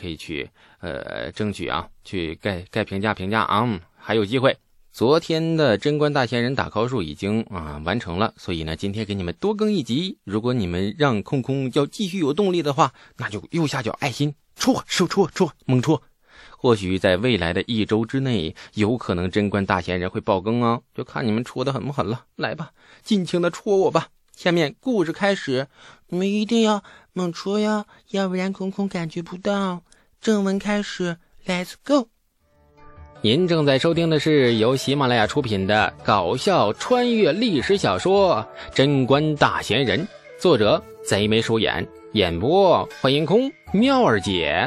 可以去争取啊，去盖评价啊，还有机会。昨天的贞观大贤人打 call 数已经完成了，所以呢今天给你们多更一集。如果你们让空空要继续有动力的话，那就右下角爱心戳猛戳。或许在未来的1周之内，有可能贞观大贤人会爆更啊，就看你们戳的狠不狠了。来吧，尽情的戳我吧。下面故事开始， 你们一定要猛戳呀，要不然空空感觉不到。正文开始 ，Let's go。 您正在收听的是由喜马拉雅出品的搞笑穿越历史小说《贞观大贤人》，作者贼眉鼠眼，演播欢迎空妙儿姐。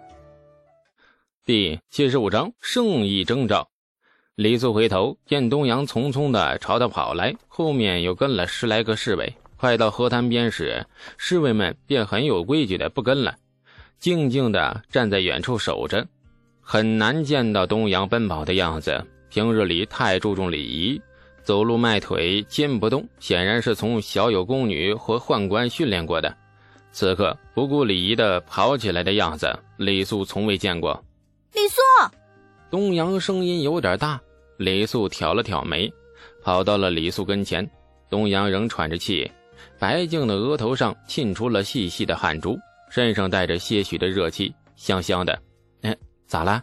第75章圣意征兆。李素回头见东阳匆匆地朝他跑来，后面又跟了10来个侍卫。快到河滩边时，侍卫们便很有规矩的不跟了，静静地站在远处守着。很难见到东阳奔跑的样子，平日里太注重礼仪，走路迈腿肩不动，显然是从小有宫女或宦官训练过的。此刻不顾礼仪的跑起来的样子，李素从未见过。 李素！ 东阳声音有点大，李素挑了挑眉，跑到了李素跟前。东阳仍喘着气，白净的额头上沁出了细细的汗珠，身上带着些许的热气，香香的。咋了？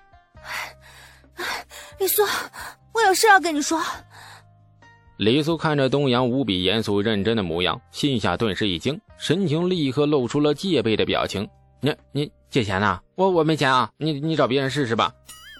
李素，我有事要跟你说。 李素看着东阳无比严肃认真的模样，心下顿时一惊，神情立刻露出了戒备的表情。你借钱啊？我没钱啊，你找别人试试吧。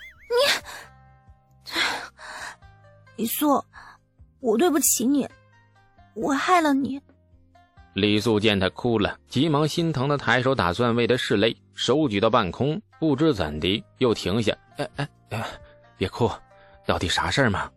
李素，我对不起你，我害了你。 李素见他哭了，急忙心疼的抬手打算为他拭泪，手举到半空，不知怎的又停下。别哭，到底啥事儿嘛？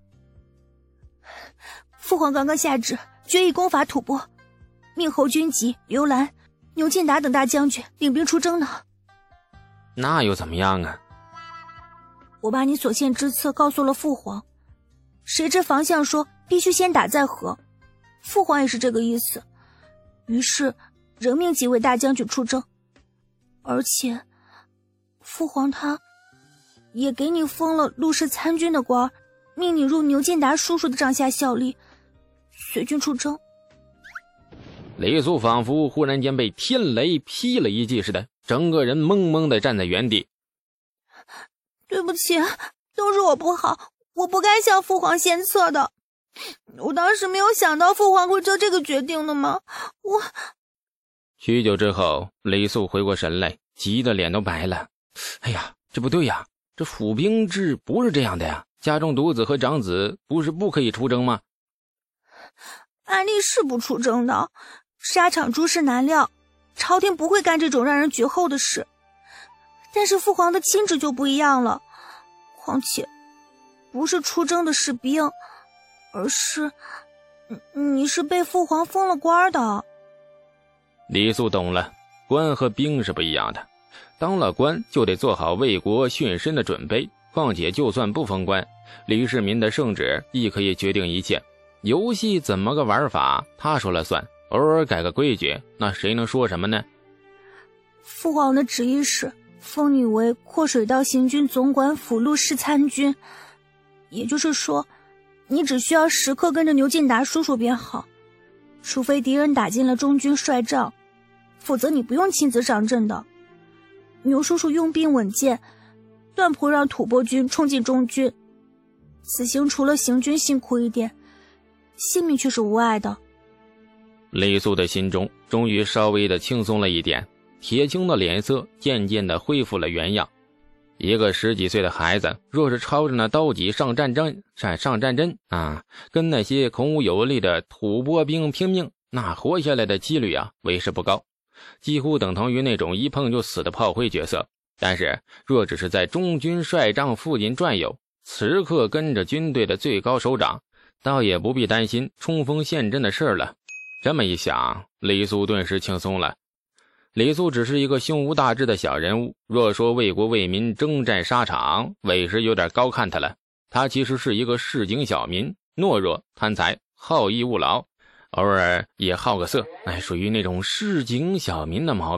父皇刚刚下旨决议攻伐吐蕃，命侯君集、刘兰、牛进达等大将军领兵出征呢。 那又怎么样啊？ 我把你所献之策告诉了父皇，谁知防相说必须先打再和，父皇也是这个意思，于是仍命几位大将军出征，而且父皇他也给你封了陆氏参军的官，命你入牛进达叔叔的帐下效力，随军出征。 李素仿佛忽然间被天雷劈了一记似的，整个人懵懵地站在原地。 对不起，都是我不好，我不该向父皇献策的。我当时没有想到父皇会做这个决定的吗？ 许久之后，李素回过神来，急得脸都白了。哎呀，这不对呀，这府兵制不是这样的呀，家中独子和长子不是不可以出征吗？ 按例是不出征的，沙场诸事难料，朝廷不会干这种让人绝后的事。但是父皇的亲旨就不一样了，况且不是出征的士兵，而是你是被父皇封了官的。 李素懂了，官和兵是不一样的，当了官就得做好为国殉身的准备，况且就算不封官，李世民的圣旨亦可以决定一切，游戏怎么个玩法他说了算，偶尔改个规矩，那谁能说什么呢？ 父皇的旨意是封你为阔水道行军总管府陆氏参军，也就是说你只需要时刻跟着牛进达叔叔便好，除非敌人打进了中军帅帐，否则你不用亲自上阵的。牛叔叔用兵稳健，断不让吐蕃军冲进中军，此行除了行军辛苦一点，性命却是无碍的。 李素的心中终于稍微的轻松了一点，铁青的脸色渐渐的恢复了原样。一个10几岁的孩子，若是抄着那刀戟上战争跟那些孔武有力的吐蕃兵拼命，那活下来的几率为时不高，几乎等同于那种一碰就死的炮灰角色。但是若只是在中军帅帐附近转悠，此刻跟着军队的最高首长，倒也不必担心冲锋陷阵的事了。这么一想，李素顿时轻松了。李素只是一个胸无大志的小人物，若说为国为民征战沙场，委实有点高看他了。他其实是一个市井小民，懦弱贪财，好逸恶劳，偶尔也好个色，属于那种市井小民的毛病。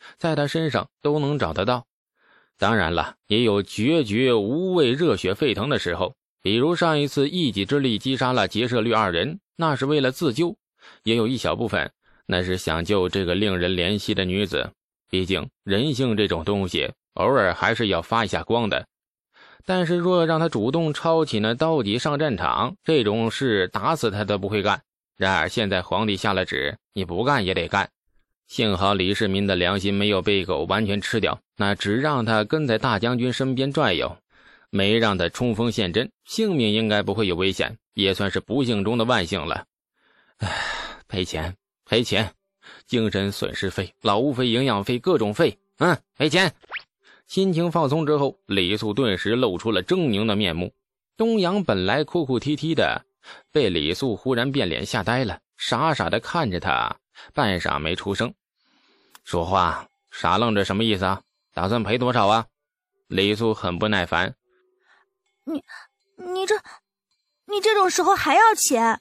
在他身上都能找得到。当然了，也有决绝无畏热血沸腾的时候，比如上一次一己之力击杀了劫舍律二人，那是为了自救，也有一小部分那是想救这个令人怜惜的女子。毕竟人性这种东西偶尔还是要发一下光的。但是若让他主动抄起那刀戟上战场，这种事打死他都不会干。然而现在皇帝下了旨，你不干也得干。幸好李世民的良心没有被狗完全吃掉，那只让他跟在大将军身边转悠，没让他冲锋陷阵，性命应该不会有危险，也算是不幸中的万幸了。赔钱，精神损失费、劳务费、营养费，各种费，赔钱。心情放松之后，李素顿时露出了狰狞的面目。东阳本来哭哭啼啼的，被李素忽然变脸吓呆了，傻傻的看着他，半晌没出声。说话，傻愣着什么意思啊？打算赔多少啊？李素很不耐烦。 你这种时候还要钱？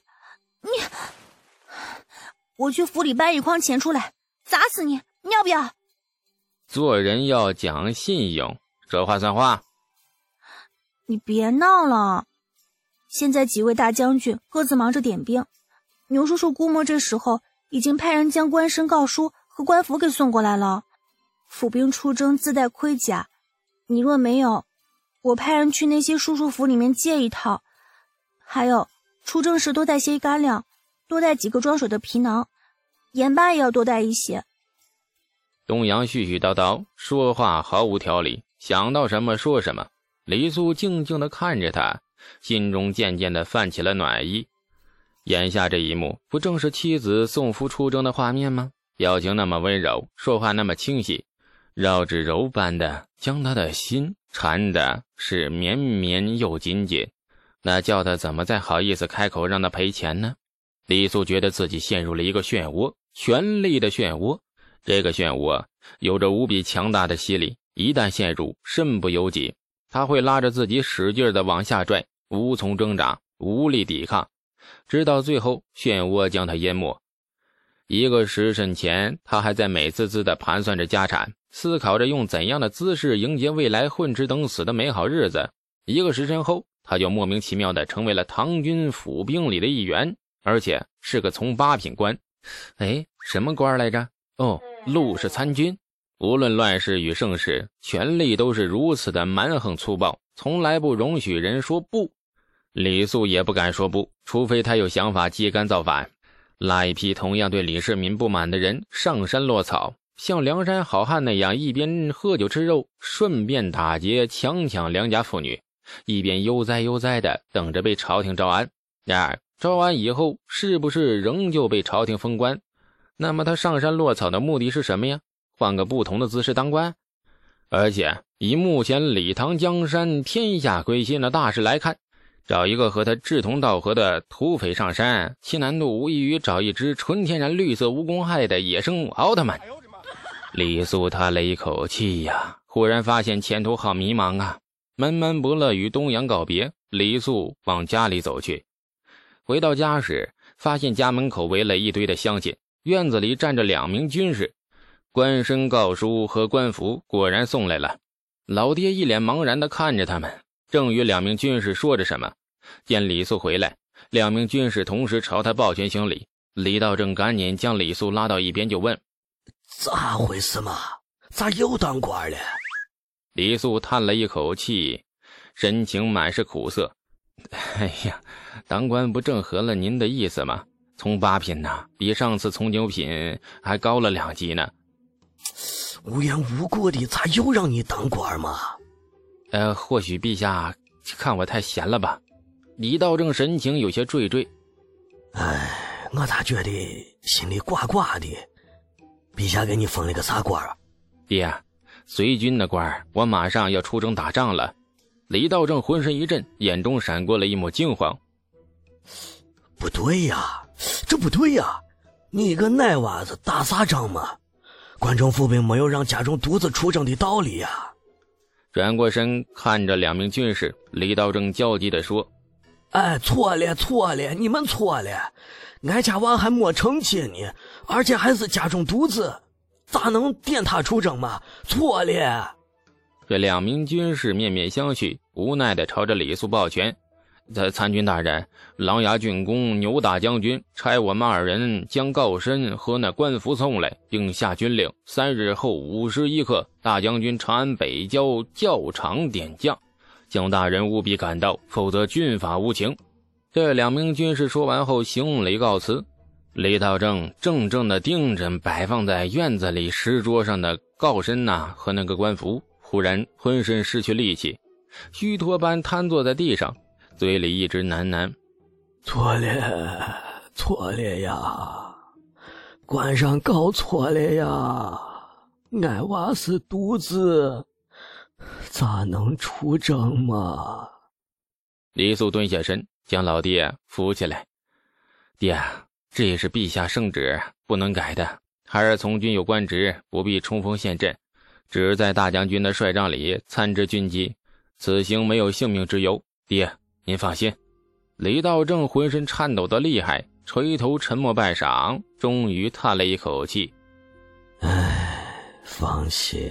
我去府里搬一筐钱出来，砸死你，你要不要？ 做人要讲信用，说话算话。 你别闹了，现在几位大将军各自忙着点兵，牛叔叔估摸这时候已经派人将官绅告书和官服给送过来了。府兵出征自带盔甲，你若没有，我派人去那些叔叔府里面借一套。还有出征时多带些干粮，多带几个装水的皮囊，盐巴也要多带一些。 东阳絮絮叨叨，说话毫无条理，想到什么说什么。李素静静地看着他，心中渐渐地泛起了暖意。眼下这一幕，不正是妻子送夫出征的画面吗？表情那么温柔，说话那么清晰，绕指柔般的将他的心缠的是绵绵又紧紧。那叫他怎么再好意思开口让他赔钱呢？李素觉得自己陷入了一个漩涡，权力的漩涡。这个漩涡有着无比强大的吸力，一旦陷入，身不由己，他会拉着自己使劲地往下拽，无从挣扎，无力抵抗，直到最后漩涡将他淹没。一个时辰前，他还在美滋滋地盘算着家产，思考着用怎样的姿势迎接未来混吃等死的美好日子。一个时辰后，他就莫名其妙地成为了唐军府兵里的一员，而且是个从八品官。什么官来着？陆氏参军。无论乱世与盛世，权力都是如此的蛮横粗暴，从来不容许人说不。李素也不敢说不，除非他有想法揭竿造反，拉一批同样对李世民不满的人上山落草，像梁山好汉那样一边喝酒吃肉，顺便打劫强抢良家妇女，一边悠哉悠哉的等着被朝廷招安。然而招安以后，是不是仍旧被朝廷封官？那么他上山落草的目的是什么呀？换个不同的姿势当官？而且以目前李唐江山天下归心的大势来看，找一个和他志同道合的土匪上山，其难度无异于找一只纯天然绿色无公害的野生奥特曼。李素叹了一口气呀，忽然发现前途好迷茫啊。闷闷不乐与东阳告别，李素往家里走去。回到家时，发现家门口围了一堆的乡亲，院子里站着2名军士，官绅告书和官服果然送来了。老爹一脸茫然地看着他们，正与2名军士说着什么，见李素回来，2名军士同时朝他抱拳行礼。李道正赶紧将李素拉到一边就问： 咋回事嘛？咋又当官了？ 李素叹了一口气，神情满是苦涩。当官不正合了您的意思吗？从8品呢，比上次从9品还高了2级呢。 无缘无故的咋又让你当官嘛？ 或许陛下看我太闲了吧。李道正神情有些惴惴。 我咋觉得心里挂挂的。陛下给你封了个啥官啊？ 爹，随军的官，我马上要出征打仗了。李道正浑身一震，眼中闪过了一抹惊慌。 不对呀，这不对呀！你个奶娃子打啥仗嘛？关中府兵没有让家中独自出征的道理呀！ 转过身看着2名军士，李道正焦急地说： 错了，你们错了！俺家娃还没成亲呢，而且还是家中独子。 咋能电他出征嘛？错了。 这2名军士面面相觑，无奈地朝着李肃抱拳：参军大人，琅琊郡公牛大将军差我们2人将郜申和那官服送来，并下军令，3日后5时1刻，大将军长安北郊教场点将，请大人务必赶到，否则军法无情。这2名军士说完后行礼告辞。李道正怔怔地盯着摆放在院子里石桌上的郜申和那个官服，忽然浑身失去力气，虚脱般瘫坐在地上，嘴里一直喃喃： 错了呀，官上搞错了呀，俺娃是独子，咋能出征嘛？ 李肃蹲下身，将老爹扶起来：爹，这也是陛下圣旨，不能改的。孩儿从军有官职，不必冲锋陷阵，只在大将军的帅帐里参知军机，此行没有性命之忧。爹，您放心。李道正浑身颤抖的厉害，垂头沉默半晌，终于叹了一口气： 放心，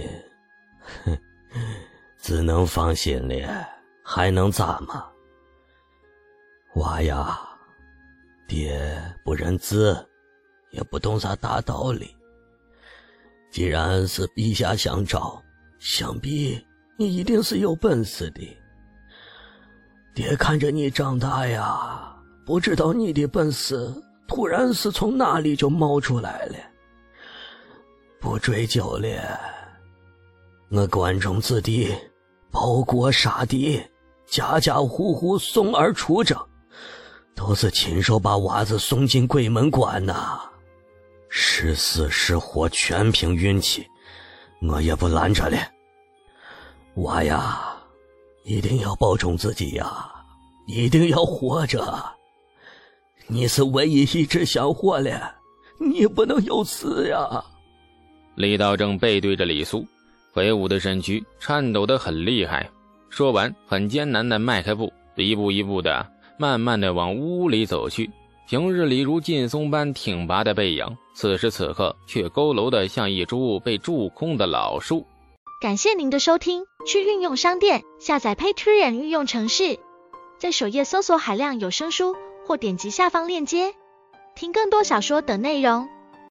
只能放心了，还能咋嘛？娃呀，爹不认字，也不懂啥大道理。既然是陛下相召，想必你一定是有本事的。爹看着你长大呀，不知道你的本事突然是从哪里就冒出来了。不追究了，我关中子弟报国杀敌，家家户户送儿出征，都是亲手把娃子送进鬼门关呐。是死是活全凭运气，我也不拦着了。娃呀，一定要保重自己呀，一定要活着。你是唯一一只想活了，你不能有死呀。 李道正背对着李肃，魁梧的身躯颤抖得很厉害，说完很艰难地迈开步，一步一步的慢慢地往屋里走去。平日里如劲松般挺拔的背影，此时此刻却佝偻得像一株被蛀空的老树。 感谢您的收听，去运用商店下载 Patreon 运用程式，在首页搜索海量有声书，或点击下方链接听更多小说等内容。